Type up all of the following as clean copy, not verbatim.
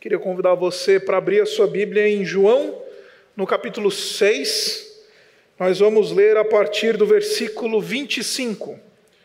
Queria convidar você para abrir a sua Bíblia em João, no capítulo 6. Nós vamos ler a partir do versículo 25.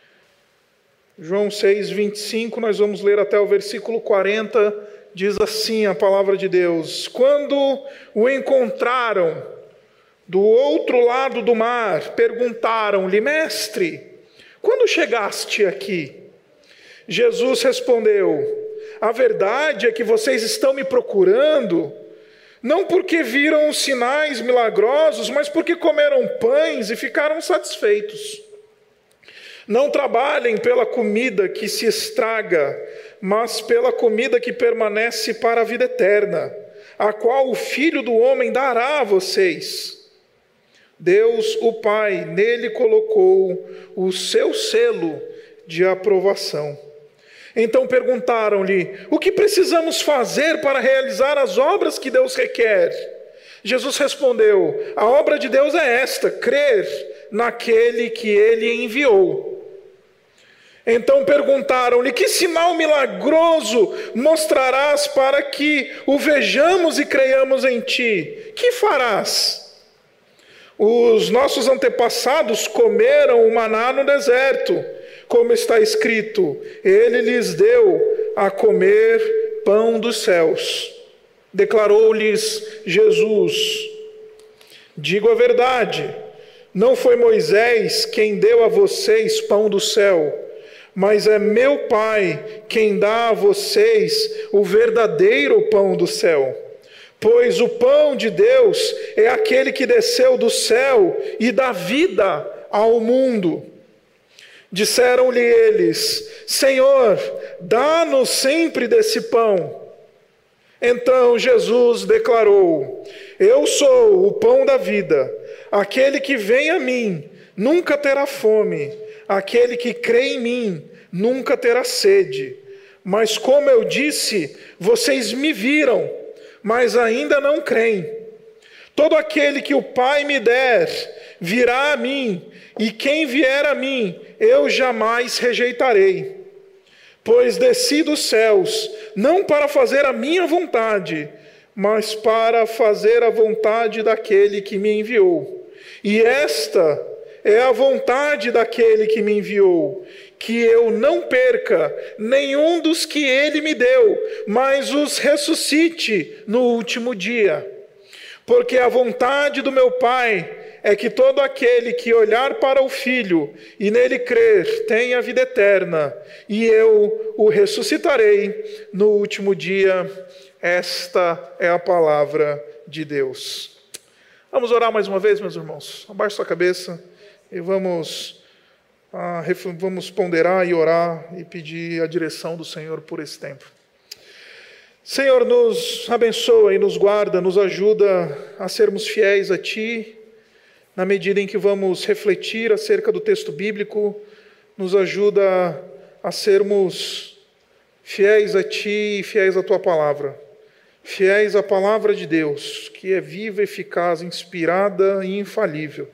João 6, 25, nós vamos ler até o versículo 40, diz assim a palavra de Deus: Quando o encontraram do outro lado do mar, perguntaram-lhe: Mestre, quando chegaste aqui? Jesus respondeu: a verdade é que vocês estão me procurando, não porque viram os sinais milagrosos, mas porque comeram pães e ficaram satisfeitos. Não trabalhem pela comida que se estraga, mas pela comida que permanece para a vida eterna, a qual o Filho do Homem dará a vocês. Deus, o Pai, nele colocou o seu selo de aprovação. Então perguntaram-lhe: o que precisamos fazer para realizar as obras que Deus requer? Jesus respondeu: a obra de Deus é esta, crer naquele que ele enviou. Então perguntaram-lhe: que sinal milagroso mostrarás para que o vejamos e creiamos em ti? Que farás? Os nossos antepassados comeram o maná no deserto, como está escrito: ele lhes deu a comer pão dos céus. Declarou-lhes Jesus: digo a verdade, não foi Moisés quem deu a vocês pão do céu, mas é meu Pai quem dá a vocês o verdadeiro pão do céu. Pois o pão de Deus é aquele que desceu do céu e dá vida ao mundo. Disseram-lhe eles: Senhor, dá-nos sempre desse pão. Então Jesus declarou: eu sou o pão da vida. Aquele que vem a mim nunca terá fome. Aquele que crê em mim nunca terá sede. Mas como eu disse, vocês me viram, mas ainda não creem. Todo aquele que o Pai me der virá a mim, e quem vier a mim eu jamais rejeitarei. Pois desci dos céus, não para fazer a minha vontade, mas para fazer a vontade daquele que me enviou. E esta é a vontade daquele que me enviou, que eu não perca nenhum dos que ele me deu, mas os ressuscite no último dia. Porque a vontade do meu Pai é que todo aquele que olhar para o Filho e nele crer tenha vida eterna, e eu o ressuscitarei no último dia. Esta é a palavra de Deus. Vamos orar mais uma vez, meus irmãos. Abaixe sua cabeça e vamos ponderar e orar e pedir a direção do Senhor por esse tempo. Senhor, nos abençoa e nos guarda, nos ajuda a sermos fiéis a Ti, na medida em que vamos refletir acerca do texto bíblico, nos ajuda a sermos fiéis a Ti e fiéis à Tua palavra, fiéis à palavra de Deus, que é viva, eficaz, inspirada e infalível,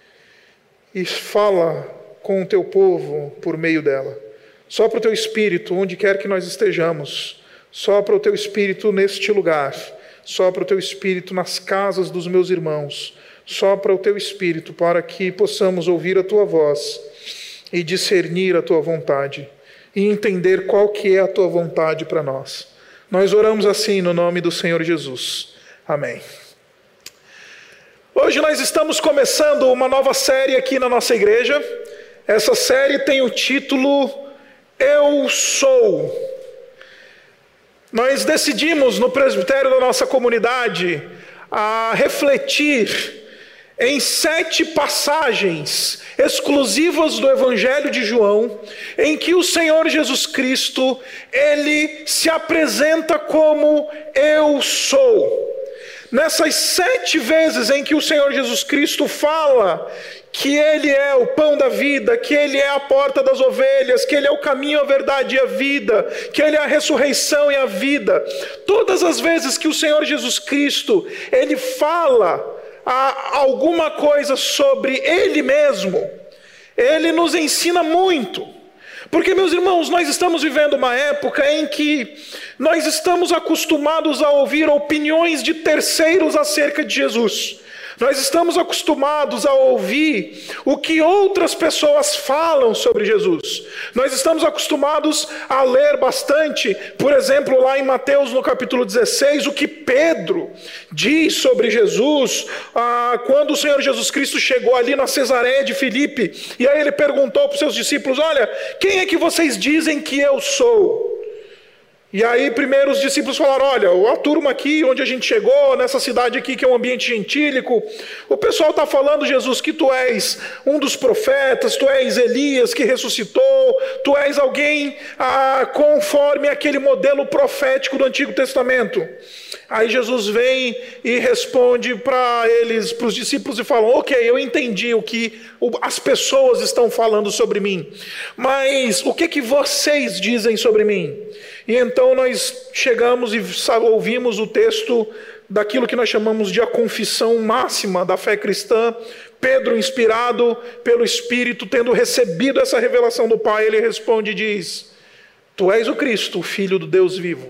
e fala com o Teu povo por meio dela. Sopra o Teu Espírito onde quer que nós estejamos, sopra o Teu Espírito neste lugar, sopra o Teu Espírito nas casas dos meus irmãos, sopra o Teu Espírito para que possamos ouvir a Tua voz e discernir a Tua vontade e entender qual que é a Tua vontade para nós. Nós oramos assim no nome do Senhor Jesus. Amém. Hoje nós estamos começando uma nova série aqui na nossa igreja. Essa série tem o título Eu Sou. Nós decidimos no presbitério da nossa comunidade a refletir em 7 passagens exclusivas do Evangelho de João, em que o Senhor Jesus Cristo, ele se apresenta como Eu Sou. Nessas 7 vezes em que o Senhor Jesus Cristo fala que Ele é o pão da vida, que Ele é a porta das ovelhas, que Ele é o caminho, a verdade e a vida, que Ele é a ressurreição e a vida, todas as vezes que o Senhor Jesus Cristo, Ele fala alguma coisa sobre Ele mesmo, Ele nos ensina muito. Porque, meus irmãos, nós estamos vivendo uma época em que nós estamos acostumados a ouvir opiniões de terceiros acerca de Jesus. Nós estamos acostumados a ouvir o que outras pessoas falam sobre Jesus. Nós estamos acostumados a ler bastante, por exemplo, lá em Mateus, no capítulo 16, o que Pedro diz sobre Jesus, quando o Senhor Jesus Cristo chegou ali na Cesareia de Filipe, e aí ele perguntou para os seus discípulos: olha, quem é que vocês dizem que eu sou? E aí primeiro os discípulos falaram: olha, a turma aqui onde a gente chegou, nessa cidade aqui que é um ambiente gentílico, o pessoal está falando, Jesus, que tu és um dos profetas, tu és Elias que ressuscitou, tu és alguém conforme aquele modelo profético do Antigo Testamento. Aí Jesus vem e responde para eles, para os discípulos, e fala: ok, eu entendi o que as pessoas estão falando sobre mim, mas o que vocês dizem sobre mim? E então nós chegamos e ouvimos o texto daquilo que nós chamamos de a confissão máxima da fé cristã. Pedro, inspirado pelo Espírito, tendo recebido essa revelação do Pai, ele responde e diz: tu és o Cristo, o Filho do Deus vivo.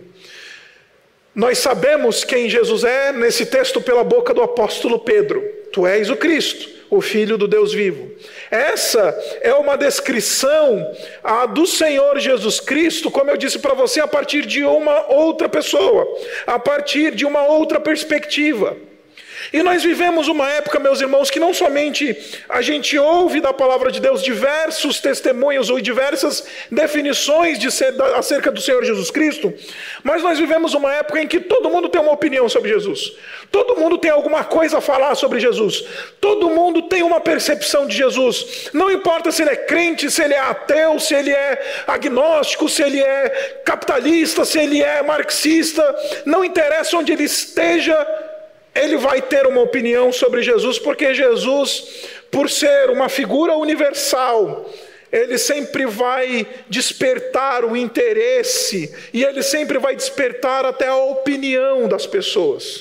Nós sabemos quem Jesus é nesse texto pela boca do apóstolo Pedro. Tu és o Cristo, o Filho do Deus vivo. Essa é uma descrição do Senhor Jesus Cristo, como eu disse para você, a partir de uma outra pessoa, a partir de uma outra perspectiva. E nós vivemos uma época, meus irmãos, que não somente a gente ouve da palavra de Deus diversos testemunhos ou diversas definições acerca do Senhor Jesus Cristo, mas nós vivemos uma época em que todo mundo tem uma opinião sobre Jesus. Todo mundo tem alguma coisa a falar sobre Jesus. Todo mundo tem uma percepção de Jesus. Não importa se ele é crente, se ele é ateu, se ele é agnóstico, se ele é capitalista, se ele é marxista. Não interessa onde ele esteja, ele vai ter uma opinião sobre Jesus, porque Jesus, por ser uma figura universal, ele sempre vai despertar o interesse, e ele sempre vai despertar até a opinião das pessoas.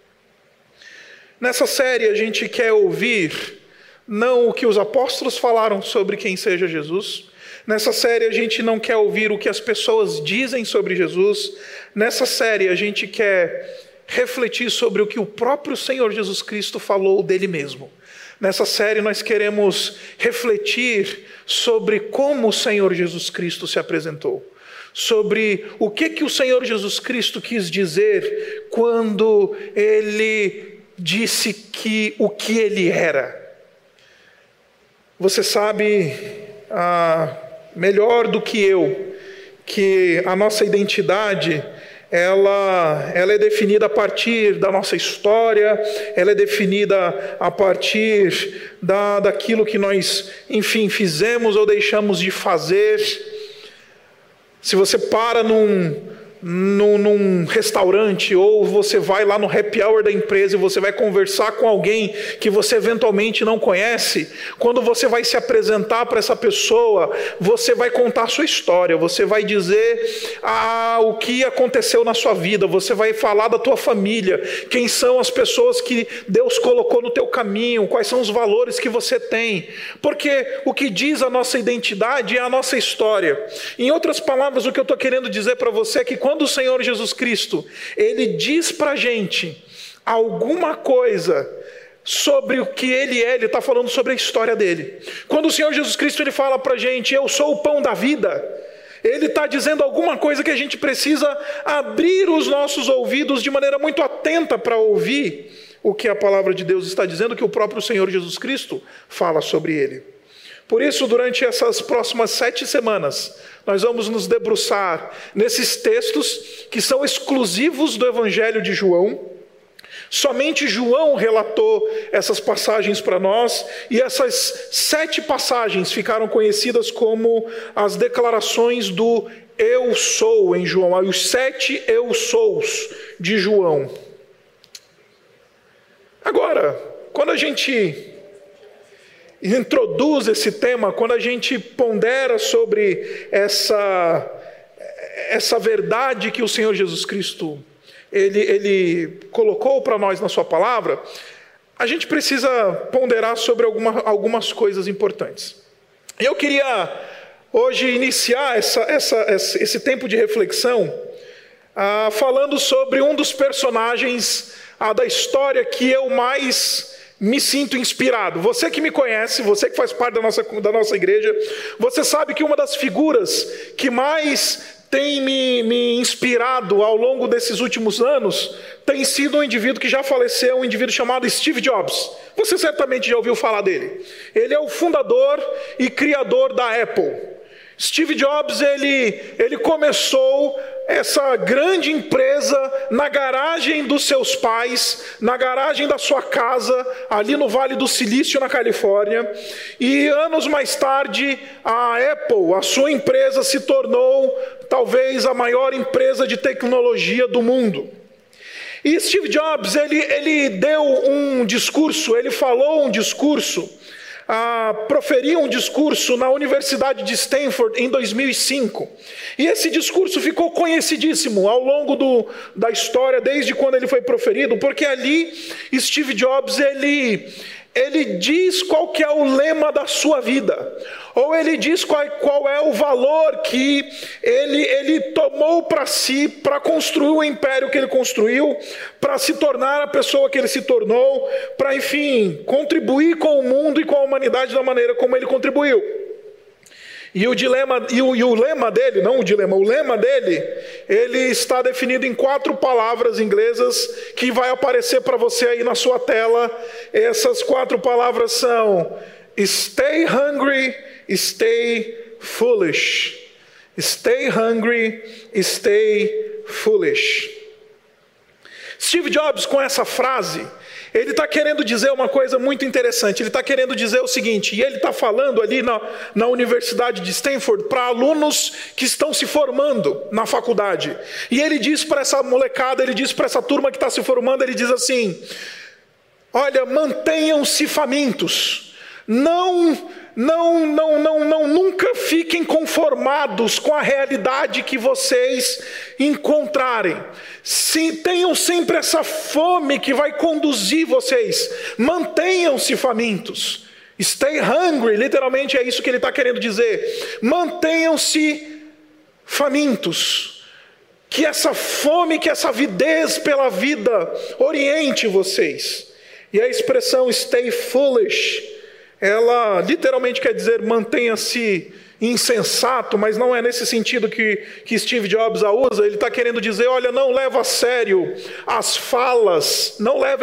Nessa série a gente quer ouvir não o que os apóstolos falaram sobre quem seja Jesus. Nessa série a gente não quer ouvir o que as pessoas dizem sobre Jesus. Nessa série a gente quer refletir sobre o que o próprio Senhor Jesus Cristo falou dele mesmo. Nessa série nós queremos refletir sobre como o Senhor Jesus Cristo se apresentou, sobre o que o Senhor Jesus Cristo quis dizer quando ele disse que o que ele era. Você sabe melhor do que eu que a nossa identidade ela é definida a partir da nossa história, ela é definida a partir daquilo que nós, enfim, fizemos ou deixamos de fazer. Se você para num restaurante, ou você vai lá no happy hour da empresa e você vai conversar com alguém que você eventualmente não conhece, quando você vai se apresentar para essa pessoa, você vai contar a sua história, você vai dizer o que aconteceu na sua vida, você vai falar da tua família, quem são as pessoas que Deus colocou no teu caminho, quais são os valores que você tem, porque o que diz a nossa identidade é a nossa história. Em outras palavras, o que eu estou querendo dizer para você é que quando o Senhor Jesus Cristo, ele diz para a gente alguma coisa sobre o que ele é, ele está falando sobre a história dele. Quando o Senhor Jesus Cristo ele fala para a gente: eu sou o pão da vida, ele está dizendo alguma coisa que a gente precisa abrir os nossos ouvidos de maneira muito atenta para ouvir o que a palavra de Deus está dizendo, que o próprio Senhor Jesus Cristo fala sobre ele. Por isso, durante essas próximas 7 semanas, nós vamos nos debruçar nesses textos que são exclusivos do Evangelho de João. Somente João relatou essas passagens para nós, e essas 7 passagens ficaram conhecidas como as declarações do Eu Sou em João, os 7 Eu Sous de João. Agora, quando a gente introduz esse tema, quando a gente pondera sobre essa verdade que o Senhor Jesus Cristo ele colocou para nós na sua palavra, a gente precisa ponderar sobre algumas coisas importantes. Eu queria hoje iniciar esse tempo de reflexão falando sobre um dos personagens da história que eu mais me sinto inspirado. Você que me conhece, você que faz parte da nossa igreja, você sabe que uma das figuras que mais tem me inspirado ao longo desses últimos anos tem sido um indivíduo que já faleceu, um indivíduo chamado Steve Jobs. Você certamente já ouviu falar dele. Ele é o fundador e criador da Apple. Steve Jobs, ele começou essa grande empresa na garagem dos seus pais, na garagem da sua casa, ali no Vale do Silício, na Califórnia. E anos mais tarde, a Apple, a sua empresa, se tornou talvez a maior empresa de tecnologia do mundo. E Steve Jobs, ele deu um discurso, ele falou um discurso, proferiu um discurso na Universidade de Stanford em 2005. E esse discurso ficou conhecidíssimo ao longo da história, desde quando ele foi proferido, porque ali Steve Jobs, ele diz qual que é o lema da sua vida, ou ele diz qual é o valor que ele tomou para si, para construir o império que ele construiu, para se tornar a pessoa que ele se tornou, para, enfim, contribuir com o mundo e com a humanidade da maneira como ele contribuiu. E o lema dele, ele está definido em 4 palavras inglesas que vai aparecer para você aí na sua tela. Essas 4 palavras são: stay hungry, stay foolish. Stay hungry, stay foolish. Steve Jobs, com essa frase, ele está querendo dizer uma coisa muito interessante. Ele está querendo dizer o seguinte, e ele está falando ali na Universidade de Stanford para alunos que estão se formando na faculdade. E ele diz para essa molecada, ele diz para essa turma que está se formando, ele diz assim: olha, mantenham-se famintos. Nunca fiquem conformados com a realidade que vocês encontrarem. Tenham sempre essa fome que vai conduzir vocês. Mantenham-se famintos. Stay hungry, literalmente é isso que ele está querendo dizer. Mantenham-se famintos. Que essa fome, que essa avidez pela vida oriente vocês. E a expressão stay foolish, ela literalmente quer dizer mantenha-se insensato, mas não é nesse sentido que Steve Jobs a usa. Ele está querendo dizer, olha, não levem a sério as falas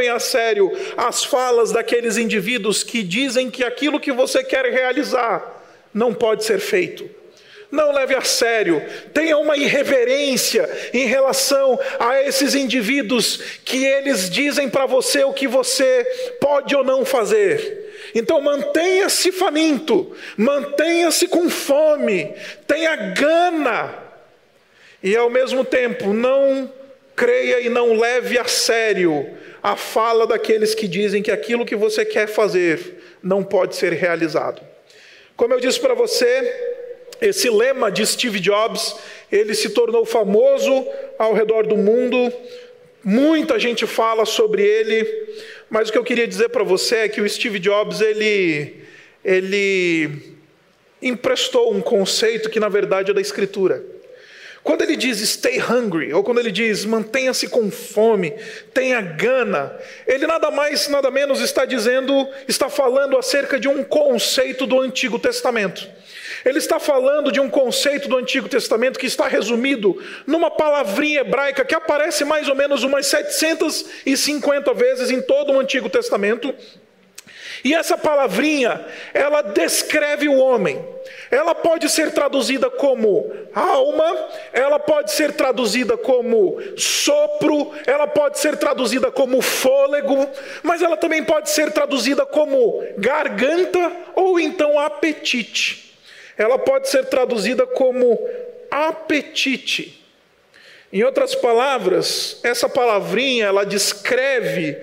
daqueles indivíduos que dizem que aquilo que você quer realizar não pode ser feito. Não leve a sério, tenha uma irreverência em relação a esses indivíduos que eles dizem para você o que você pode ou não fazer. Então mantenha-se faminto, mantenha-se com fome, tenha gana, e ao mesmo tempo não creia e não leve a sério a fala daqueles que dizem que aquilo que você quer fazer não pode ser realizado. Como eu disse para você, esse lema de Steve Jobs, ele se tornou famoso ao redor do mundo, muita gente fala sobre ele, mas o que eu queria dizer para você é que o Steve Jobs, ele emprestou um conceito que na verdade é da Escritura. Quando ele diz stay hungry, ou quando ele diz mantenha-se com fome, tenha gana, ele nada mais, nada menos está falando acerca de um conceito do Antigo Testamento. Ele está falando de um conceito do Antigo Testamento que está resumido numa palavrinha hebraica que aparece mais ou menos umas 750 vezes em todo o Antigo Testamento. E essa palavrinha, ela descreve o homem. Ela pode ser traduzida como alma, ela pode ser traduzida como sopro, ela pode ser traduzida como fôlego, mas ela também pode ser traduzida como garganta ou então apetite. Ela pode ser traduzida como apetite. Em outras palavras, essa palavrinha, ela descreve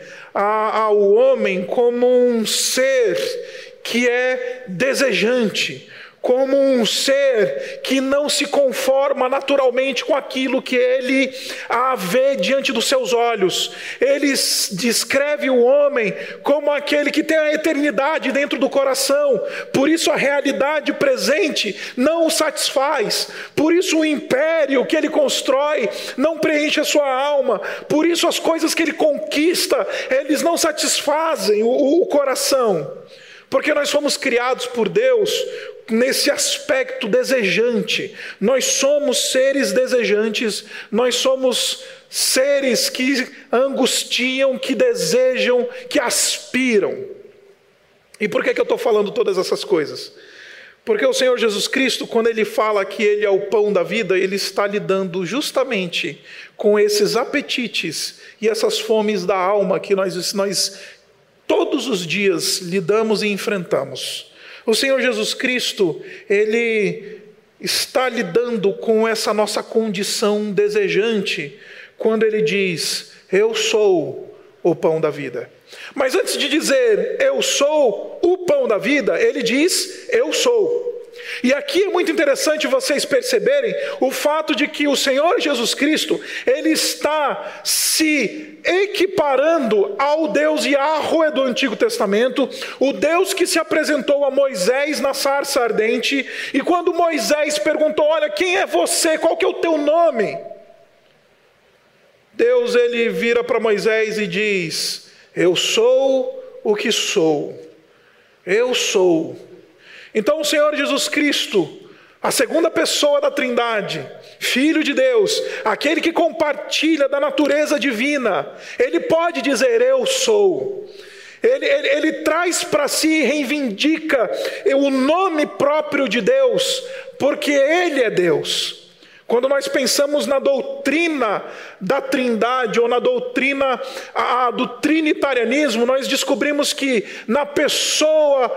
ao homem como um ser que é desejante, como um ser que não se conforma naturalmente com aquilo que ele vê diante dos seus olhos. Ele descreve o homem como aquele que tem a eternidade dentro do coração, por isso a realidade presente não o satisfaz, por isso o império que ele constrói não preenche a sua alma, por isso as coisas que ele conquista, eles não satisfazem o coração, porque nós fomos criados por Deus nesse aspecto desejante. Nós somos seres desejantes, nós somos seres que angustiam, que desejam, que aspiram. E por que eu estou falando todas essas coisas? Porque o Senhor Jesus Cristo, quando Ele fala que Ele é o pão da vida, Ele está lidando justamente com esses apetites e essas fomes da alma que nós todos os dias lidamos e enfrentamos. O Senhor Jesus Cristo, Ele está lidando com essa nossa condição desejante, quando Ele diz, eu sou o pão da vida. Mas antes de dizer, eu sou o pão da vida, Ele diz, eu sou. E aqui é muito interessante vocês perceberem o fato de que o Senhor Jesus Cristo, Ele está se equiparando ao Deus Yahweh do Antigo Testamento, o Deus que se apresentou a Moisés na sarça ardente, e quando Moisés perguntou, olha, quem é você, qual que é o teu nome? Deus, Ele vira para Moisés e diz, eu sou o que sou, eu sou. Então o Senhor Jesus Cristo, a segunda pessoa da Trindade, Filho de Deus, aquele que compartilha da natureza divina, Ele pode dizer, eu sou. Ele traz para si, reivindica o nome próprio de Deus, porque Ele é Deus. Quando nós pensamos na doutrina da Trindade, ou na doutrina do trinitarianismo, nós descobrimos que na pessoa,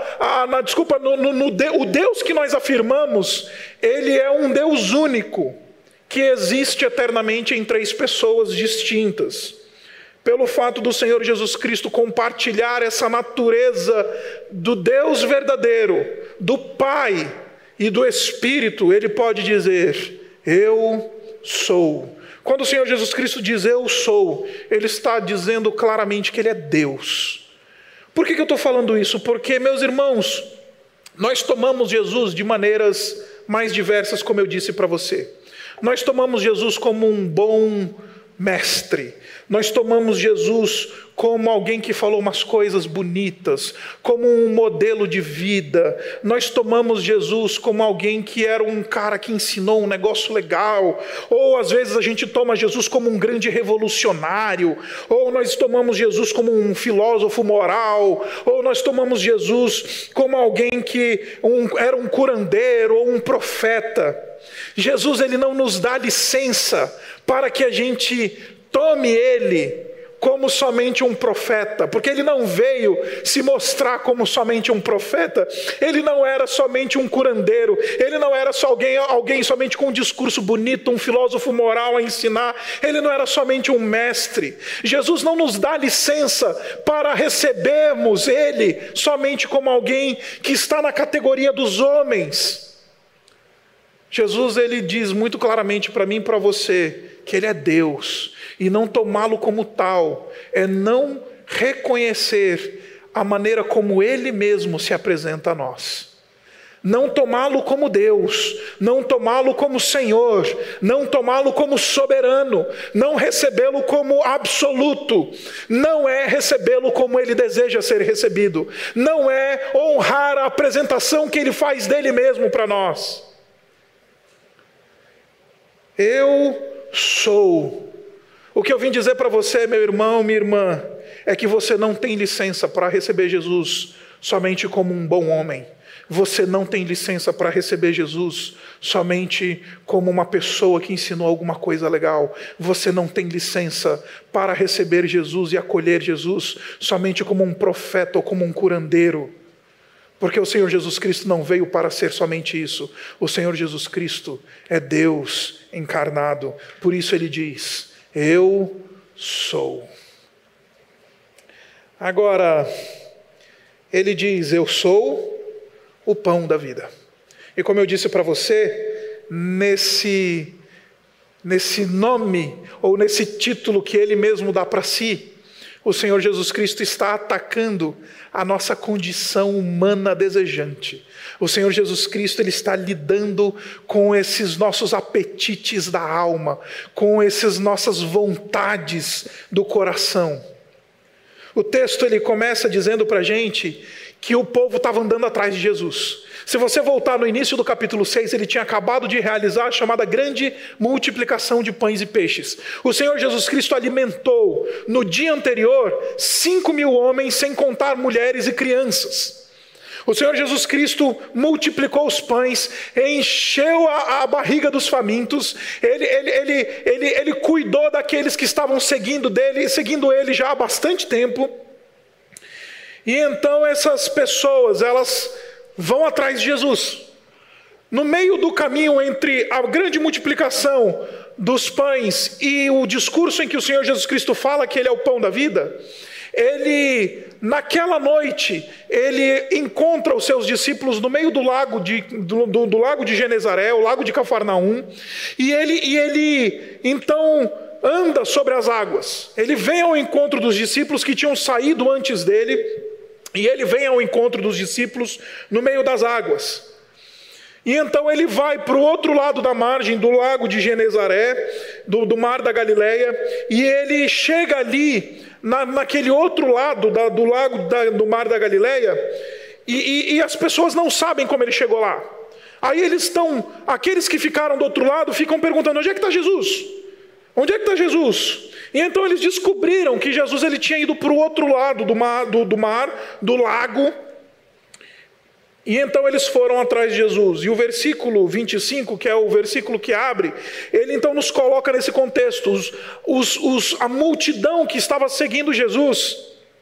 o Deus que nós afirmamos, Ele é um Deus único, que existe eternamente em três pessoas distintas. Pelo fato do Senhor Jesus Cristo compartilhar essa natureza do Deus verdadeiro, do Pai e do Espírito, Ele pode dizer, eu sou. Quando o Senhor Jesus Cristo diz eu sou, Ele está dizendo claramente que Ele é Deus. Por que eu estou falando isso? Porque, meus irmãos, nós tomamos Jesus de maneiras mais diversas, como eu disse para você. Nós tomamos Jesus como um bom mestre. Nós tomamos Jesus como alguém que falou umas coisas bonitas, como um modelo de vida. Nós tomamos Jesus como alguém que era um cara que ensinou um negócio legal. Ou às vezes a gente toma Jesus como um grande revolucionário. Ou nós tomamos Jesus como um filósofo moral. Ou nós tomamos Jesus como alguém que era um curandeiro ou um profeta. Jesus, Ele não nos dá licença para que a gente tome Ele como somente um profeta, porque Ele não veio se mostrar como somente um profeta. Ele não era somente um curandeiro, Ele não era só alguém somente com um discurso bonito, um filósofo moral a ensinar. Ele não era somente um mestre. Jesus não nos dá licença para recebermos Ele somente como alguém que está na categoria dos homens. Jesus, Ele diz muito claramente para mim e para você que Ele é Deus, e não tomá-lo como tal é não reconhecer a maneira como Ele mesmo se apresenta a nós. Não tomá-lo como Deus, não tomá-lo como Senhor, não tomá-lo como soberano, não recebê-lo como absoluto, não é recebê-lo como Ele deseja ser recebido, não é honrar a apresentação que Ele faz dele mesmo para nós. Eu sou. O que eu vim dizer para você, meu irmão, minha irmã, é que você não tem licença para receber Jesus somente como um bom homem. Você não tem licença para receber Jesus somente como uma pessoa que ensinou alguma coisa legal. Você não tem licença para receber Jesus e acolher Jesus somente como um profeta ou como um curandeiro. Porque o Senhor Jesus Cristo não veio para ser somente isso. O Senhor Jesus Cristo é Deus encarnado. Por isso Ele diz, eu sou. Agora, Ele diz, eu sou o pão da vida. E como eu disse para você, nesse nome, ou nesse título que Ele mesmo dá para si, o Senhor Jesus Cristo está atacando a nossa condição humana desejante. O Senhor Jesus Cristo, Ele está lidando com esses nossos apetites da alma, com essas nossas vontades do coração. O texto ele começa dizendo para a gente que o povo estava andando atrás de Jesus. Se você voltar no início do capítulo 6, ele tinha acabado de realizar a chamada grande multiplicação de pães e peixes. O Senhor Jesus Cristo alimentou no dia anterior 5.000 homens, sem contar mulheres e crianças. O Senhor Jesus Cristo multiplicou os pães, encheu a barriga dos famintos, ele cuidou daqueles que estavam seguindo ele já há bastante tempo. E então essas pessoas, elas vão atrás de Jesus. No meio do caminho entre a grande multiplicação dos pães e o discurso em que o Senhor Jesus Cristo fala que Ele é o pão da vida, naquela noite, ele encontra os seus discípulos no meio do lago de Genezaré, o lago de Cafarnaum, e ele então anda sobre as águas. Ele vem ao encontro dos discípulos que tinham saído antes dele, e ele vem ao encontro dos discípulos no meio das águas. E então ele vai para o outro lado da margem do lago de Genezaré, do mar da Galileia, e ele chega ali, naquele outro lado do mar da Galileia, e as pessoas não sabem como ele chegou lá. Aí aqueles que ficaram do outro lado ficam perguntando: onde é que está Jesus? Onde é que está Jesus? E então eles descobriram que Jesus ele tinha ido para o outro lado do lago, e então eles foram atrás de Jesus. E o versículo 25, que é o versículo que abre, ele então nos coloca nesse contexto. A multidão que estava seguindo Jesus,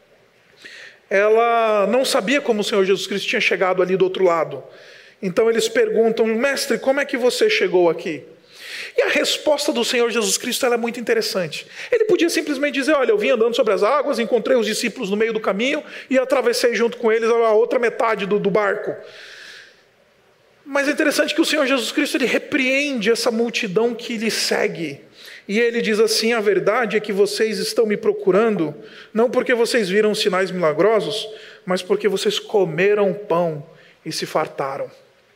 ela não sabia como o Senhor Jesus Cristo tinha chegado ali do outro lado. Então eles perguntam: mestre, como é que você chegou aqui? E a resposta do Senhor Jesus Cristo ela é muito interessante. Ele podia simplesmente dizer: olha, eu vim andando sobre as águas, encontrei os discípulos no meio do caminho e atravessei junto com eles a outra metade do barco. Mas é interessante que o Senhor Jesus Cristo ele repreende essa multidão que lhe segue. E ele diz assim: a verdade é que vocês estão me procurando, não porque vocês viram sinais milagrosos, mas porque vocês comeram pão e se fartaram.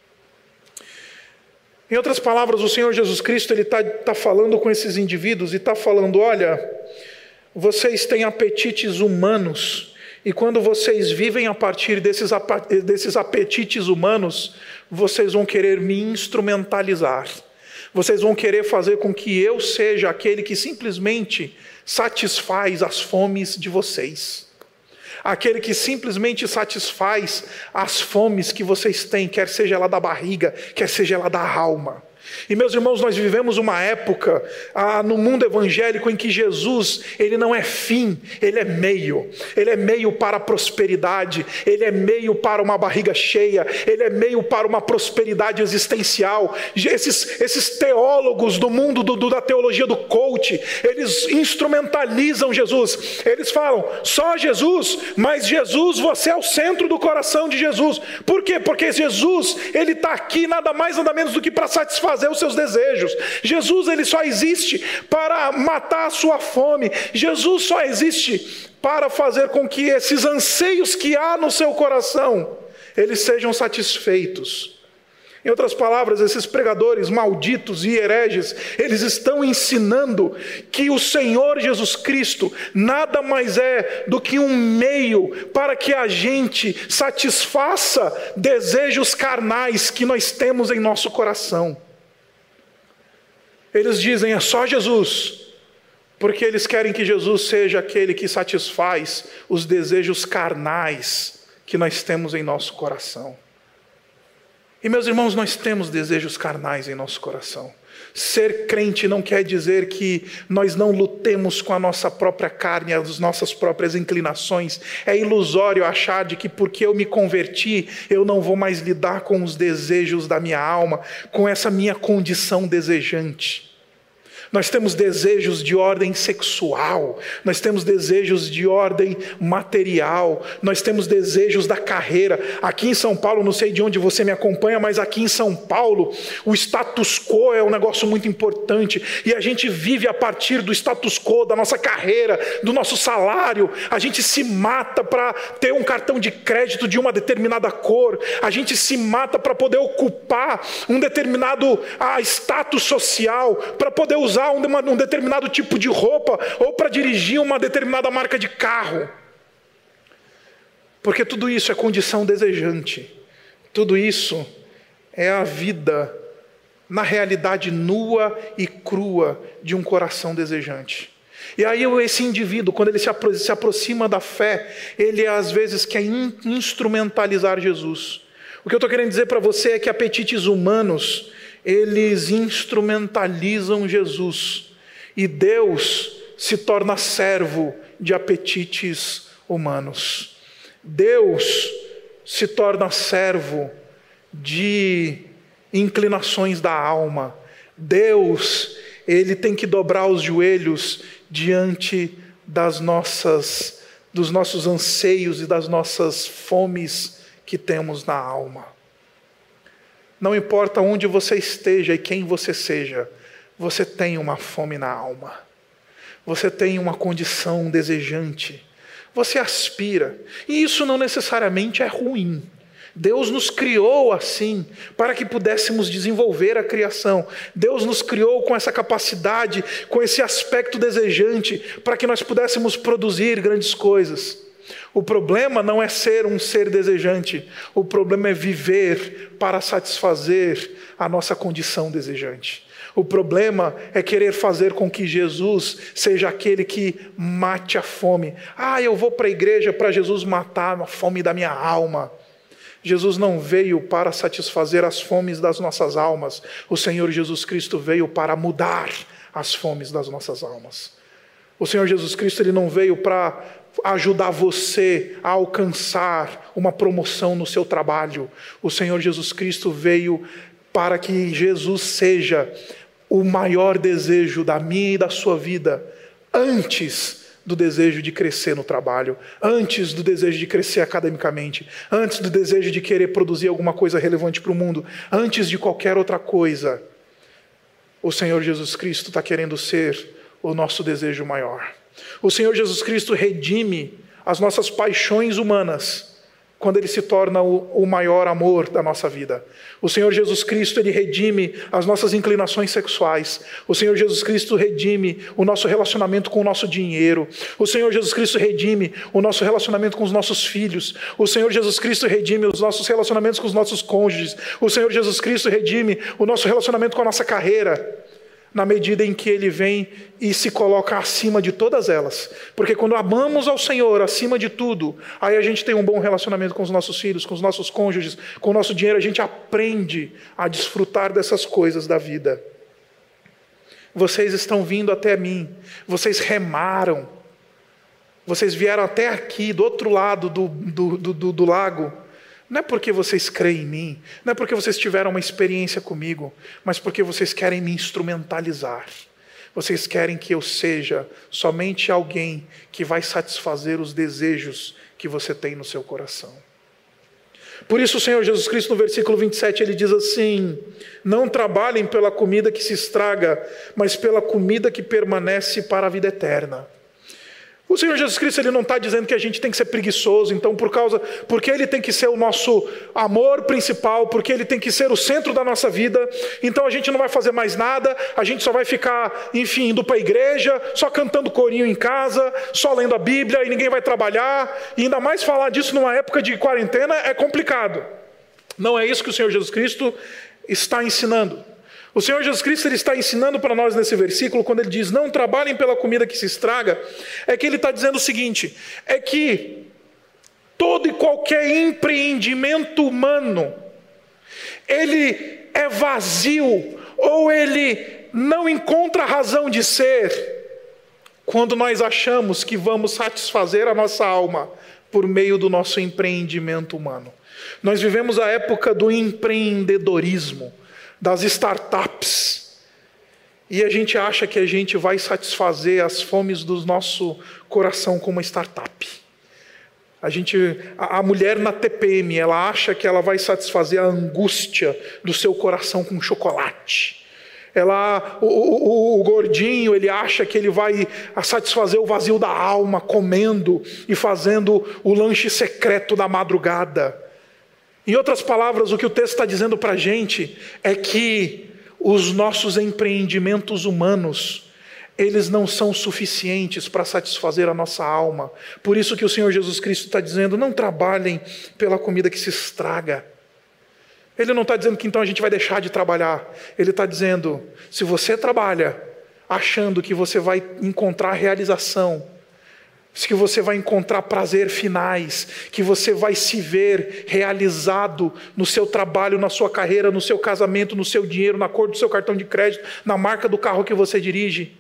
Em outras palavras, o Senhor Jesus Cristo ele está falando com esses indivíduos e está falando: olha, vocês têm apetites humanos, e quando vocês vivem a partir desses apetites humanos, vocês vão querer me instrumentalizar. Vocês vão querer fazer com que eu seja aquele que simplesmente satisfaz as fomes de vocês. Aquele que simplesmente satisfaz as fomes que vocês têm, quer seja ela da barriga, quer seja ela da alma. E meus irmãos, nós vivemos uma época no mundo evangélico em que Jesus, ele não é fim, ele é meio. Ele é meio para a prosperidade, ele é meio para uma barriga cheia, ele é meio para uma prosperidade existencial. Esses teólogos do mundo da teologia do coach, eles instrumentalizam Jesus. Eles falam: só Jesus, mas Jesus, você é o centro do coração de Jesus. Por quê? Porque Jesus, ele está aqui nada mais nada menos do que para satisfazer os seus desejos. Jesus ele só existe para matar a sua fome. Jesus só existe para fazer com que esses anseios que há no seu coração, eles sejam satisfeitos. Em outras palavras, esses pregadores malditos e hereges, eles estão ensinando que o Senhor Jesus Cristo nada mais é do que um meio para que a gente satisfaça desejos carnais que nós temos em nosso coração. Eles dizem: é só Jesus, porque eles querem que Jesus seja aquele que satisfaz os desejos carnais que nós temos em nosso coração. E meus irmãos, nós temos desejos carnais em nosso coração. Ser crente não quer dizer que nós não lutemos com a nossa própria carne, as nossas próprias inclinações. É ilusório achar de que porque eu me converti, eu não vou mais lidar com os desejos da minha alma, com essa minha condição desejante. Nós temos desejos de ordem sexual, nós temos desejos de ordem material, nós temos desejos da carreira. Aqui em São Paulo, não sei de onde você me acompanha, mas aqui em São Paulo, o status quo é um negócio muito importante, e a gente vive a partir do status quo, da nossa carreira, do nosso salário. A gente se mata para ter um cartão de crédito de uma determinada cor, a gente se mata para poder ocupar um determinado status social, para poder usar um determinado tipo de roupa, ou para dirigir uma determinada marca de carro. Porque tudo isso é condição desejante. Tudo isso é a vida, na realidade nua e crua de um coração desejante. E aí esse indivíduo, quando ele se aproxima da fé, ele às vezes quer instrumentalizar Jesus. O que eu estou querendo dizer para você é que apetites humanos, eles instrumentalizam Jesus, e Deus se torna servo de apetites humanos. Deus se torna servo de inclinações da alma. Deus, ele tem que dobrar os joelhos diante dos nossos anseios e das nossas fomes que temos na alma. Não importa onde você esteja e quem você seja, você tem uma fome na alma. Você tem uma condição desejante. Você aspira. E isso não necessariamente é ruim. Deus nos criou assim, para que pudéssemos desenvolver a criação. Deus nos criou com essa capacidade, com esse aspecto desejante, para que nós pudéssemos produzir grandes coisas. O problema não é ser um ser desejante, o problema é viver para satisfazer a nossa condição desejante. O problema é querer fazer com que Jesus seja aquele que mate a fome. Eu vou para a igreja para Jesus matar a fome da minha alma. Jesus não veio para satisfazer as fomes das nossas almas. O Senhor Jesus Cristo veio para mudar as fomes das nossas almas. O Senhor Jesus Cristo, ele não veio para ajudar você a alcançar uma promoção no seu trabalho. O Senhor Jesus Cristo veio para que Jesus seja o maior desejo da minha e da sua vida, antes do desejo de crescer no trabalho, antes do desejo de crescer academicamente, antes do desejo de querer produzir alguma coisa relevante para o mundo, antes de qualquer outra coisa. O Senhor Jesus Cristo está querendo ser o nosso desejo maior. O Senhor Jesus Cristo redime as nossas paixões humanas quando Ele se torna o maior amor da nossa vida. O Senhor Jesus Cristo, Ele redime as nossas inclinações sexuais. O Senhor Jesus Cristo redime o nosso relacionamento com o nosso dinheiro. O Senhor Jesus Cristo redime o nosso relacionamento com os nossos filhos. O Senhor Jesus Cristo redime os nossos relacionamentos com os nossos cônjuges. O Senhor Jesus Cristo redime o nosso relacionamento com a nossa carreira, na medida em que Ele vem e se coloca acima de todas elas. Porque quando amamos ao Senhor acima de tudo, aí a gente tem um bom relacionamento com os nossos filhos, com os nossos cônjuges, com o nosso dinheiro, a gente aprende a desfrutar dessas coisas da vida. Vocês estão vindo até mim, vocês remaram, vocês vieram até aqui, do outro lado do lago, não é porque vocês creem em mim, não é porque vocês tiveram uma experiência comigo, mas porque vocês querem me instrumentalizar. Vocês querem que eu seja somente alguém que vai satisfazer os desejos que você tem no seu coração. Por isso o Senhor Jesus Cristo, no versículo 27, ele diz assim: não trabalhem pela comida que se estraga, mas pela comida que permanece para a vida eterna. O Senhor Jesus Cristo, ele não está dizendo que a gente tem que ser preguiçoso, então porque Ele tem que ser o nosso amor principal, porque Ele tem que ser o centro da nossa vida, então a gente não vai fazer mais nada, a gente só vai ficar, indo para a igreja, só cantando corinho em casa, só lendo a Bíblia e ninguém vai trabalhar, e ainda mais falar disso numa época de quarentena é complicado. Não é isso que o Senhor Jesus Cristo está ensinando. O Senhor Jesus Cristo, ele está ensinando para nós nesse versículo, quando ele diz, não trabalhem pela comida que se estraga, é que ele está dizendo o seguinte, é que todo e qualquer empreendimento humano, ele é vazio, ou ele não encontra razão de ser, quando nós achamos que vamos satisfazer a nossa alma por meio do nosso empreendimento humano. Nós vivemos a época do empreendedorismo, das startups. E a gente acha que a gente vai satisfazer as fomes do nosso coração com uma startup. A mulher na TPM, ela acha que ela vai satisfazer a angústia do seu coração com chocolate. O gordinho, ele acha que ele vai satisfazer o vazio da alma comendo e fazendo o lanche secreto da madrugada. Em outras palavras, o que o texto está dizendo para a gente é que os nossos empreendimentos humanos, eles não são suficientes para satisfazer a nossa alma. Por isso que o Senhor Jesus Cristo está dizendo, não trabalhem pela comida que se estraga. Ele não está dizendo que então a gente vai deixar de trabalhar. Ele está dizendo, se você trabalha achando que você vai encontrar realização, que você vai encontrar prazer finais, que você vai se ver realizado no seu trabalho, na sua carreira, no seu casamento, no seu dinheiro, na cor do seu cartão de crédito, na marca do carro que você dirige,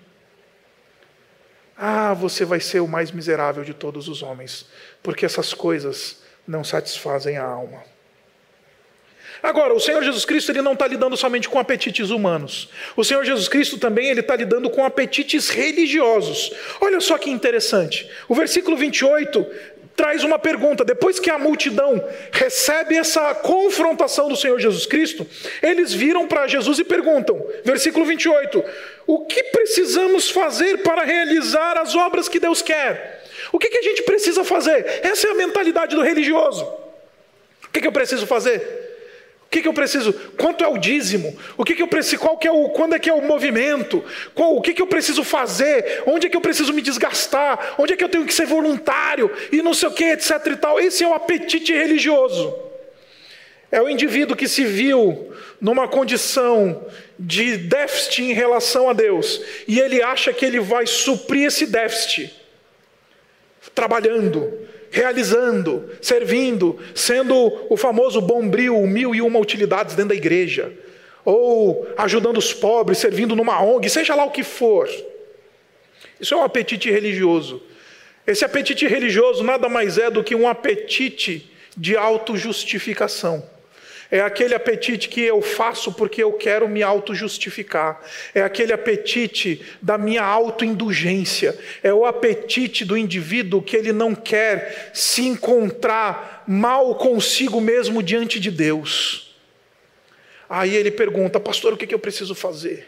você vai ser o mais miserável de todos os homens, porque essas coisas não satisfazem a alma. Agora, o Senhor Jesus Cristo, ele não está lidando somente com apetites humanos. O Senhor Jesus Cristo também está lidando com apetites religiosos. Olha só que interessante. O versículo 28 traz uma pergunta. Depois que a multidão recebe essa confrontação do Senhor Jesus Cristo, eles viram para Jesus e perguntam, versículo 28, o que precisamos fazer para realizar as obras que Deus quer? O que a gente precisa fazer? Essa é a mentalidade do religioso. O que eu preciso fazer? O que eu preciso? Quanto é o dízimo? O que eu preciso? Quando é que é o movimento? O que eu preciso fazer? Onde é que eu preciso me desgastar? Onde é que eu tenho que ser voluntário? E não sei o que, etc e tal. Esse é o apetite religioso. É o indivíduo que se viu numa condição de déficit em relação a Deus. E ele acha que ele vai suprir esse déficit trabalhando, realizando, servindo, sendo o famoso bombril, 1001 utilidades dentro da igreja, ou ajudando os pobres, servindo numa ONG, seja lá o que for. Isso é um apetite religioso. Esse apetite religioso nada mais é do que um apetite de autojustificação. É aquele apetite que eu faço porque eu quero me autojustificar. É aquele apetite da minha autoindulgência. É o apetite do indivíduo que ele não quer se encontrar mal consigo mesmo diante de Deus. Aí ele pergunta, pastor, o que eu preciso fazer?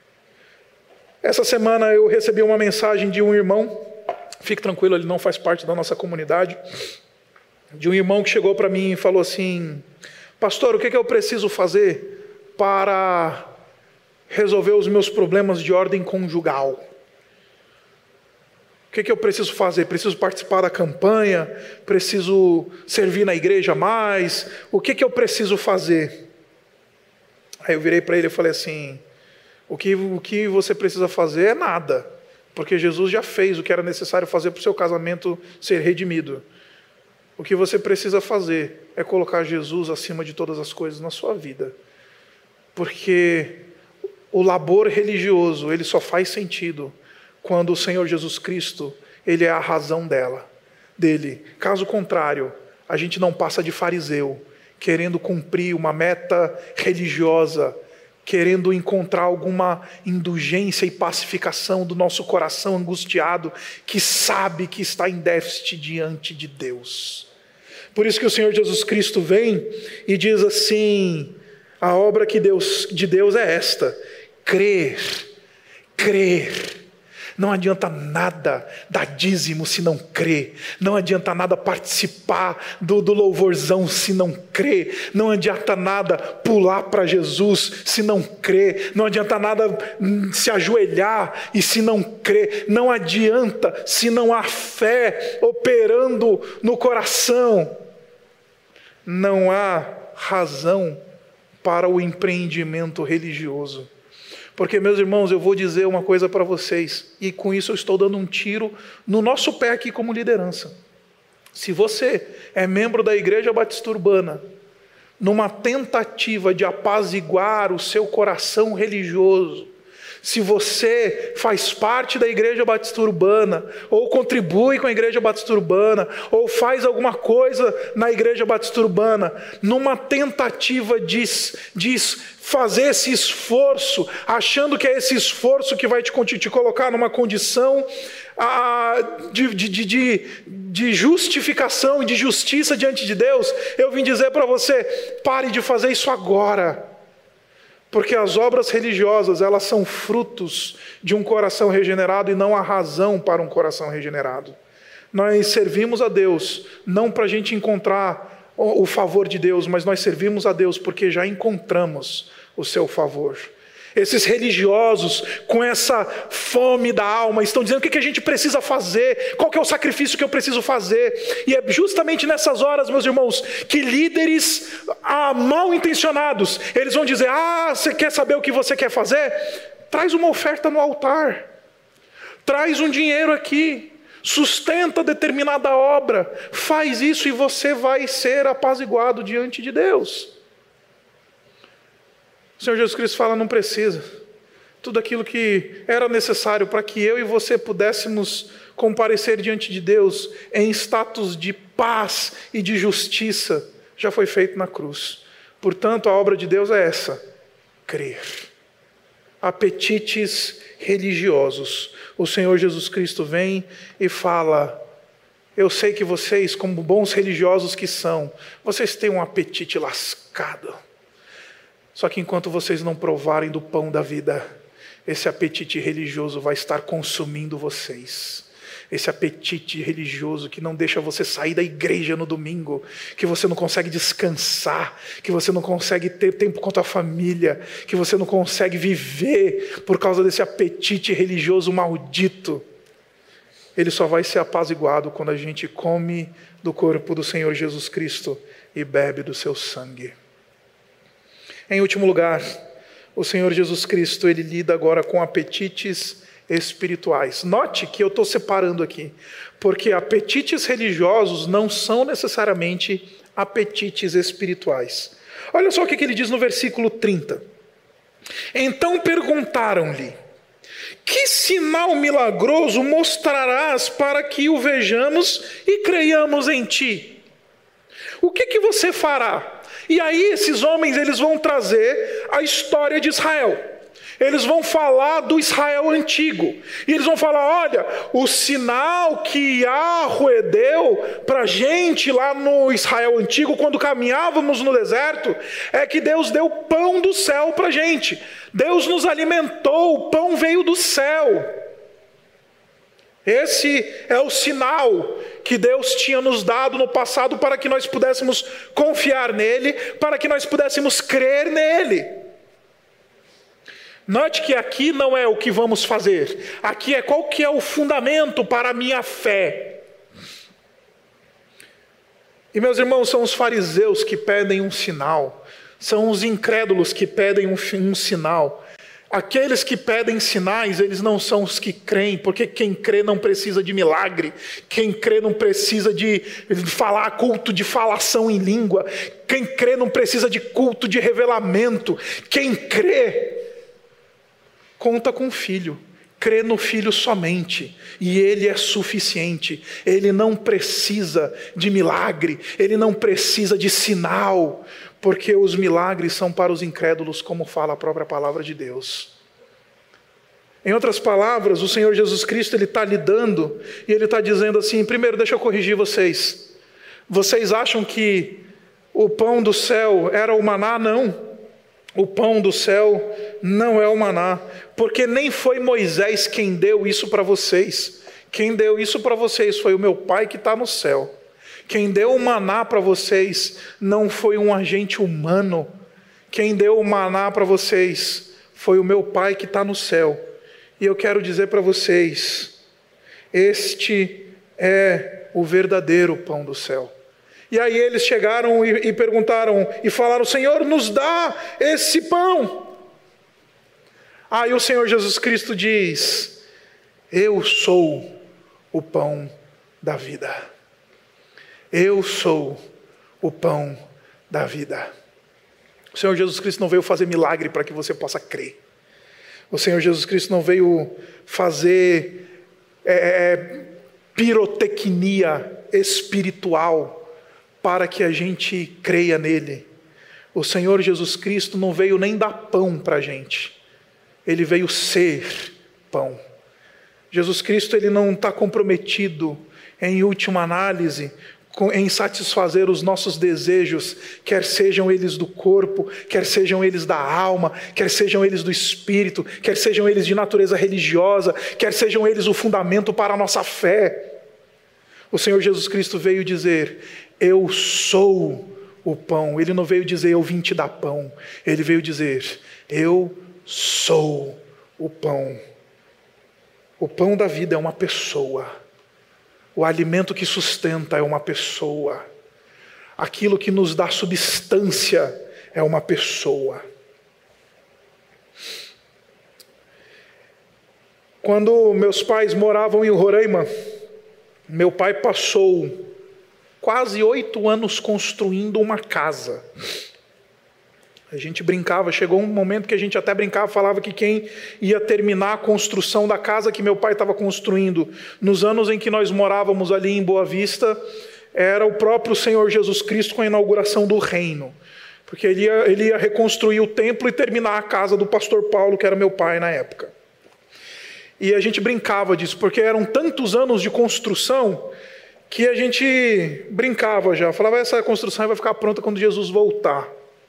Essa semana eu recebi uma mensagem de um irmão, fique tranquilo, ele não faz parte da nossa comunidade, de um irmão que chegou para mim e falou assim, pastor, o que eu preciso fazer para resolver os meus problemas de ordem conjugal? O que eu preciso fazer? Preciso participar da campanha? Preciso servir na igreja mais? O que eu preciso fazer? Aí eu virei para ele e falei assim, o que você precisa fazer é nada, porque Jesus já fez o que era necessário fazer para o seu casamento ser redimido. O que você precisa fazer é colocar Jesus acima de todas as coisas na sua vida. Porque o labor religioso, ele só faz sentido quando o Senhor Jesus Cristo, ele é a razão dele. Caso contrário, a gente não passa de fariseu, querendo cumprir uma meta religiosa, querendo encontrar alguma indulgência e pacificação do nosso coração angustiado, que sabe que está em déficit diante de Deus. Por isso que o Senhor Jesus Cristo vem e diz assim, a obra de Deus é esta, crer. Não adianta nada dar dízimo se não crer. Não adianta nada participar do louvorzão se não crer. Não adianta nada pular para Jesus se não crer. Não adianta nada se ajoelhar e se não crer. Não adianta se não há fé operando no coração. Não há razão para o empreendimento religioso. Porque, meus irmãos, eu vou dizer uma coisa para vocês, e com isso eu estou dando um tiro no nosso pé aqui como liderança. Se você é membro da Igreja Batista Urbana, numa tentativa de apaziguar o seu coração religioso, Se você faz parte da Igreja Batista Urbana, ou contribui com a Igreja Batista Urbana, ou faz alguma coisa na Igreja Batista Urbana, numa tentativa de fazer esse esforço, achando que é esse esforço que vai te colocar numa condição de justificação e de justiça diante de Deus, eu vim dizer para você, pare de fazer isso agora. Porque as obras religiosas, elas são frutos de um coração regenerado e não a razão para um coração regenerado. Nós servimos a Deus, não para a gente encontrar o favor de Deus, mas nós servimos a Deus porque já encontramos o seu favor. Esses religiosos, com essa fome da alma, estão dizendo o que a gente precisa fazer, qual que é o sacrifício que eu preciso fazer. E é justamente nessas horas, meus irmãos, que líderes mal intencionados, eles vão dizer, você quer saber o que você quer fazer? Traz uma oferta no altar, traz um dinheiro aqui, sustenta determinada obra, faz isso e você vai ser apaziguado diante de Deus. O Senhor Jesus Cristo fala, não precisa. Tudo aquilo que era necessário para que eu e você pudéssemos comparecer diante de Deus em status de paz e de justiça, já foi feito na cruz. Portanto, a obra de Deus é essa, crer. Apetites religiosos. O Senhor Jesus Cristo vem e fala, eu sei que vocês, como bons religiosos que são, vocês têm um apetite lascado. Só que enquanto vocês não provarem do pão da vida, esse apetite religioso vai estar consumindo vocês. Esse apetite religioso que não deixa você sair da igreja no domingo, que você não consegue descansar, que você não consegue ter tempo com a tua família, que você não consegue viver por causa desse apetite religioso maldito. Ele só vai ser apaziguado quando a gente come do corpo do Senhor Jesus Cristo e bebe do seu sangue. Em último lugar, o Senhor Jesus Cristo, ele lida agora com apetites espirituais. Note que eu estou separando aqui, porque apetites religiosos não são necessariamente apetites espirituais. Olha só o que ele diz no versículo 30. Então perguntaram-lhe, que sinal milagroso mostrarás para que o vejamos e creiamos em ti? O que você fará? E aí esses homens, eles vão trazer a história de Israel. Eles vão falar do Israel antigo. E eles vão falar, olha, o sinal que Yahweh deu para a gente lá no Israel antigo, quando caminhávamos no deserto, é que Deus deu pão do céu para a gente. Deus nos alimentou, o pão veio do céu. Esse é o sinal que Deus tinha nos dado no passado para que nós pudéssemos confiar nele, para que nós pudéssemos crer nele. Note que aqui não é o que vamos fazer, aqui é qual que é o fundamento para a minha fé. E meus irmãos, são os fariseus que pedem um sinal, são os incrédulos que pedem um sinal. Aqueles que pedem sinais, eles não são os que creem, porque quem crê não precisa de milagre, quem crê não precisa de falar culto de falação em língua, quem crê não precisa de culto de revelamento, quem crê conta com o Filho, crê no Filho somente, e Ele é suficiente, Ele não precisa de milagre, Ele não precisa de sinal, porque os milagres são para os incrédulos, como fala a própria palavra de Deus. Em outras palavras, o Senhor Jesus Cristo, Ele está lidando, e Ele está dizendo assim, primeiro, deixa eu corrigir vocês. Vocês acham que o pão do céu era o maná? Não. O pão do céu não é o maná, porque nem foi Moisés quem deu isso para vocês. Quem deu isso para vocês foi o meu Pai que está no céu. Quem deu o maná para vocês não foi um agente humano. Quem deu o maná para vocês foi o meu Pai que está no céu. E eu quero dizer para vocês, este é o verdadeiro pão do céu. E aí eles chegaram e perguntaram, e falaram, Senhor, nos dá esse pão. Aí o Senhor Jesus Cristo diz, eu sou o pão da vida. Eu sou o pão da vida. O Senhor Jesus Cristo não veio fazer milagre para que você possa crer. O Senhor Jesus Cristo não veio fazer pirotecnia espiritual para que a gente creia nele. O Senhor Jesus Cristo não veio nem dar pão para a gente. Ele veio ser pão. Jesus Cristo, ele não está comprometido, em última análise, em satisfazer os nossos desejos, quer sejam eles do corpo, quer sejam eles da alma, quer sejam eles do espírito, quer sejam eles de natureza religiosa, quer sejam eles o fundamento para a nossa fé. O Senhor Jesus Cristo veio dizer: eu sou o pão. Ele não veio dizer: eu vim te dar pão. Ele veio dizer: eu sou o pão. O pão da vida é uma pessoa. O alimento que sustenta é uma pessoa. Aquilo que nos dá substância é uma pessoa. Quando meus pais moravam em Roraima, meu pai passou quase 8 anos construindo uma casa. A gente brincava, chegou um momento que a gente até brincava, falava que quem ia terminar a construção da casa que meu pai estava construindo, nos anos em que nós morávamos ali em Boa Vista, era o próprio Senhor Jesus Cristo com a inauguração do reino. Porque ele ia reconstruir o templo e terminar a casa do pastor Paulo, que era meu pai na época. E a gente brincava disso, porque eram tantos anos de construção que a gente brincava já. Falava: essa construção vai ficar pronta quando Jesus voltar.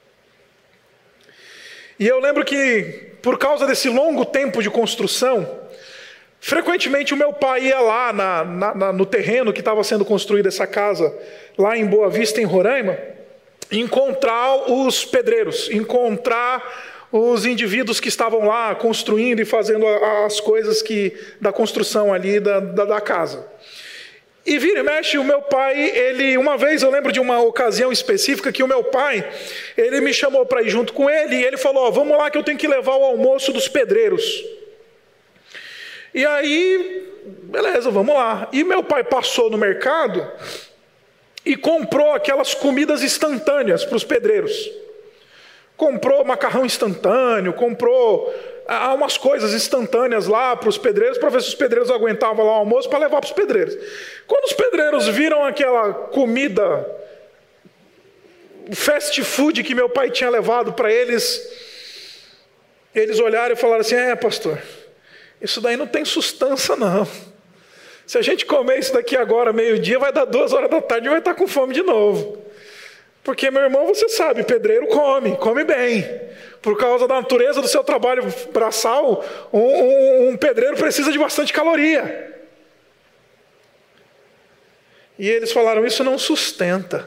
E eu lembro que, por causa desse longo tempo de construção, frequentemente o meu pai ia lá no terreno que estava sendo construída essa casa, lá em Boa Vista, em Roraima, encontrar os pedreiros, encontrar os indivíduos que estavam lá construindo e fazendo as coisas da construção ali da casa. E vira e mexe, o meu pai, uma vez eu lembro de uma ocasião específica que o meu pai, ele me chamou para ir junto com ele, e ele falou: vamos lá que eu tenho que levar o almoço dos pedreiros. E aí, beleza, vamos lá. E meu pai passou no mercado e comprou aquelas comidas instantâneas para os pedreiros. Comprou macarrão instantâneo, comprou umas coisas instantâneas lá para os pedreiros, para ver se os pedreiros aguentavam lá o almoço para levar para os pedreiros. Quando os pedreiros viram aquela comida, fast food que meu pai tinha levado para eles, eles olharam e falaram assim: pastor, isso daí não tem sustância não. Se a gente comer isso daqui agora, meio-dia, vai dar 2 horas da tarde e vai estar com fome de novo. Porque, meu irmão, você sabe, pedreiro come bem. Por causa da natureza do seu trabalho braçal, um pedreiro precisa de bastante caloria. E eles falaram: isso não sustenta.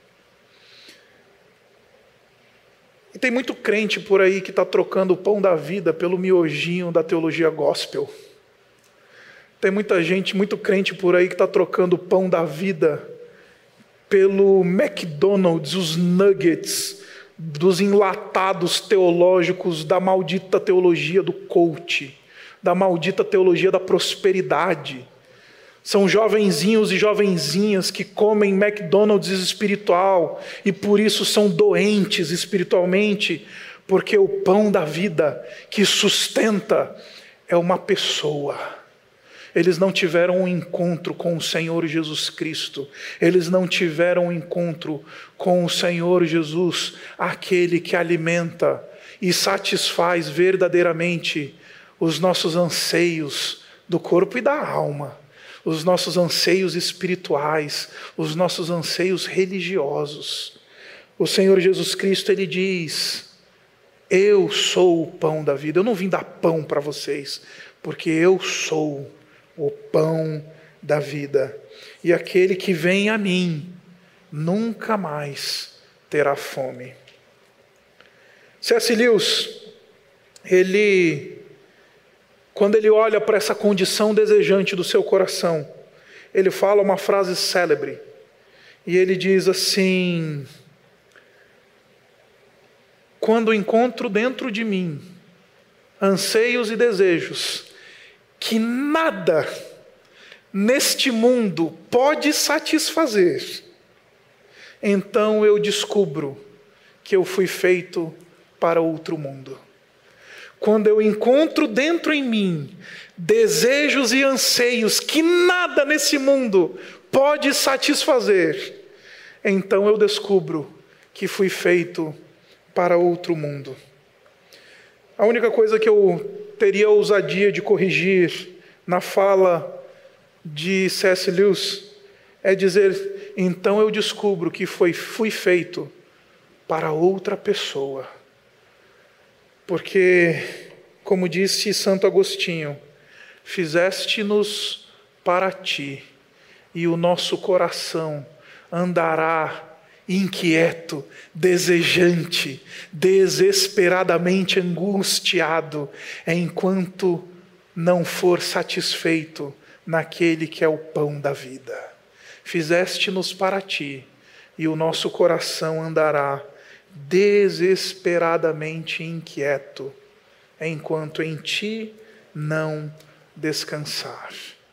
E tem muito crente por aí que está trocando o pão da vida pelo miojinho da teologia gospel. Tem muita gente, muito crente por aí que está trocando o pão da vida pelo McDonald's, os nuggets dos enlatados teológicos da maldita teologia do coach, da maldita teologia da prosperidade. São jovenzinhos e jovenzinhas que comem McDonald's espiritual e por isso são doentes espiritualmente, porque o pão da vida que sustenta é uma pessoa. Eles não tiveram um encontro com o Senhor Jesus Cristo. Eles não tiveram um encontro com o Senhor Jesus, aquele que alimenta e satisfaz verdadeiramente os nossos anseios do corpo e da alma, os nossos anseios espirituais, os nossos anseios religiosos. O Senhor Jesus Cristo, ele diz: eu sou o pão da vida. Eu não vim dar pão para vocês, porque eu sou o pão da vida. E aquele que vem a mim nunca mais terá fome. C.S. Lewis, quando ele olha para essa condição desejante do seu coração, ele fala uma frase célebre. E ele diz assim: quando encontro dentro de mim anseios e desejos que nada neste mundo pode satisfazer, então eu descubro que eu fui feito para outro mundo. quando eu encontro dentro em mim desejos e anseios que nada nesse mundo pode satisfazer, então eu descubro que fui feito para outro mundo. A única coisa que eu teria a ousadia de corrigir na fala de C.S. Lewis é dizer: então eu descubro que fui feito para outra pessoa. Porque, como disse Santo Agostinho, fizeste-nos para ti, e o nosso coração andará inquieto, desejante, desesperadamente angustiado, enquanto não for satisfeito naquele que é o pão da vida. Fizeste-nos para ti, e o nosso coração andará desesperadamente inquieto, enquanto em ti não descansar.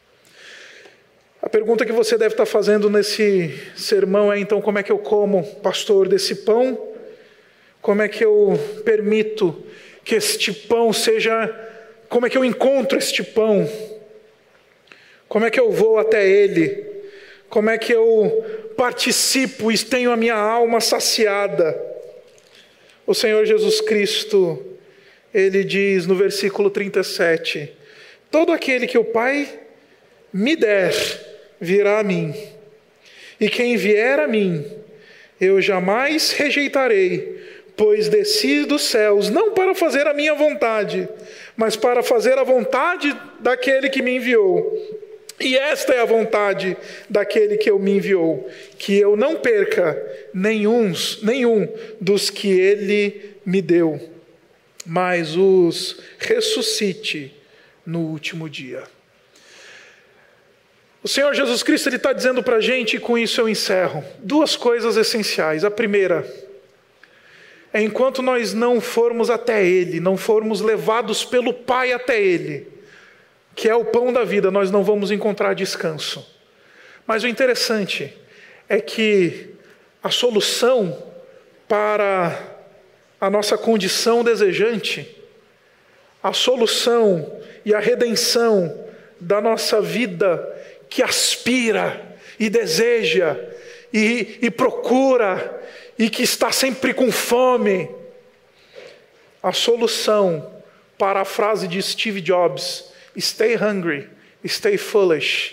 A pergunta que você deve estar fazendo nesse sermão é: então, como é que eu como, pastor, desse pão? Como é que eu permito que este pão seja... Como é que eu encontro este pão? Como é que eu vou até ele? Como é que eu participo e tenho a minha alma saciada? O Senhor Jesus Cristo, Ele diz no versículo 37, todo aquele que o Pai me der, virá a mim. E quem vier a mim, eu jamais rejeitarei, pois desci dos céus, não para fazer a minha vontade, mas para fazer a vontade daquele que me enviou. E esta é a vontade daquele que me enviou, que eu não perca nenhum dos que ele me deu, mas os ressuscite no último dia. O Senhor Jesus Cristo está dizendo para a gente, e com isso eu encerro, duas coisas essenciais. A primeira é: enquanto nós não formos até Ele, não formos levados pelo Pai até Ele, que é o pão da vida, nós não vamos encontrar descanso. Mas o interessante é que a solução para a nossa condição desejante, a solução e a redenção da nossa vida que aspira e deseja e procura e que está sempre com fome, a solução para a frase de Steve Jobs, stay hungry, stay foolish,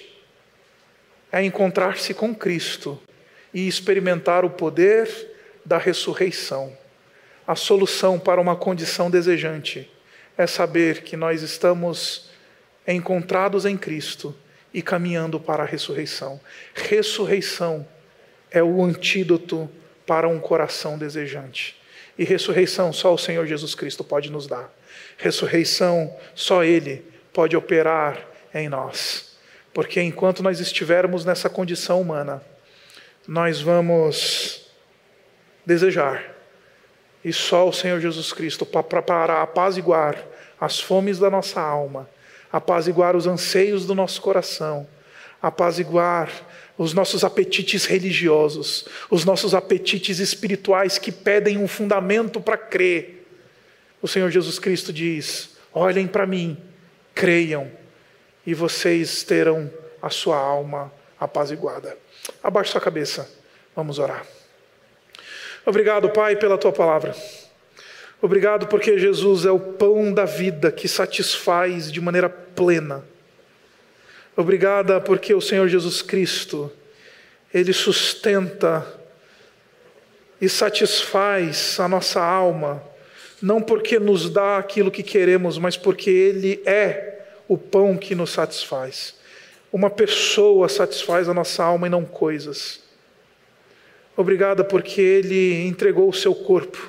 é encontrar-se com Cristo e experimentar o poder da ressurreição. A solução para uma condição desejante é saber que nós estamos encontrados em Cristo e caminhando para a ressurreição. Ressurreição é o antídoto para um coração desejante. E ressurreição só o Senhor Jesus Cristo pode nos dar. Ressurreição só Ele pode operar em nós, porque enquanto nós estivermos nessa condição humana, nós vamos desejar, e só o Senhor Jesus Cristo para apaziguar as fomes da nossa alma, apaziguar os anseios do nosso coração, apaziguar os nossos apetites religiosos, os nossos apetites espirituais que pedem um fundamento para crer. O Senhor Jesus Cristo diz: olhem para mim, creiam, e vocês terão a sua alma apaziguada. Abaixe sua cabeça, vamos orar. Obrigado, Pai, pela Tua palavra. Obrigado porque Jesus é o pão da vida que satisfaz de maneira plena. Obrigada porque o Senhor Jesus Cristo, Ele sustenta e satisfaz a nossa alma, não porque nos dá aquilo que queremos, mas porque Ele é o pão que nos satisfaz. Uma pessoa satisfaz a nossa alma e não coisas. Obrigada porque Ele entregou o seu corpo,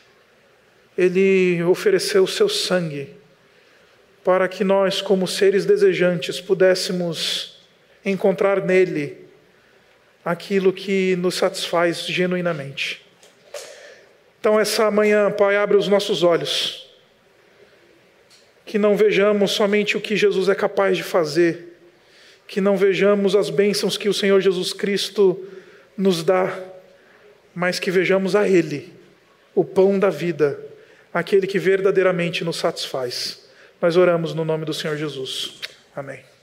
Ele ofereceu o seu sangue, para que nós, como seres desejantes, pudéssemos encontrar nele aquilo que nos satisfaz genuinamente. Então, essa manhã, Pai, abre os nossos olhos, que não vejamos somente o que Jesus é capaz de fazer, que não vejamos as bênçãos que o Senhor Jesus Cristo nos dá, mas que vejamos a Ele, o pão da vida, aquele que verdadeiramente nos satisfaz. Nós oramos no nome do Senhor Jesus. Amém.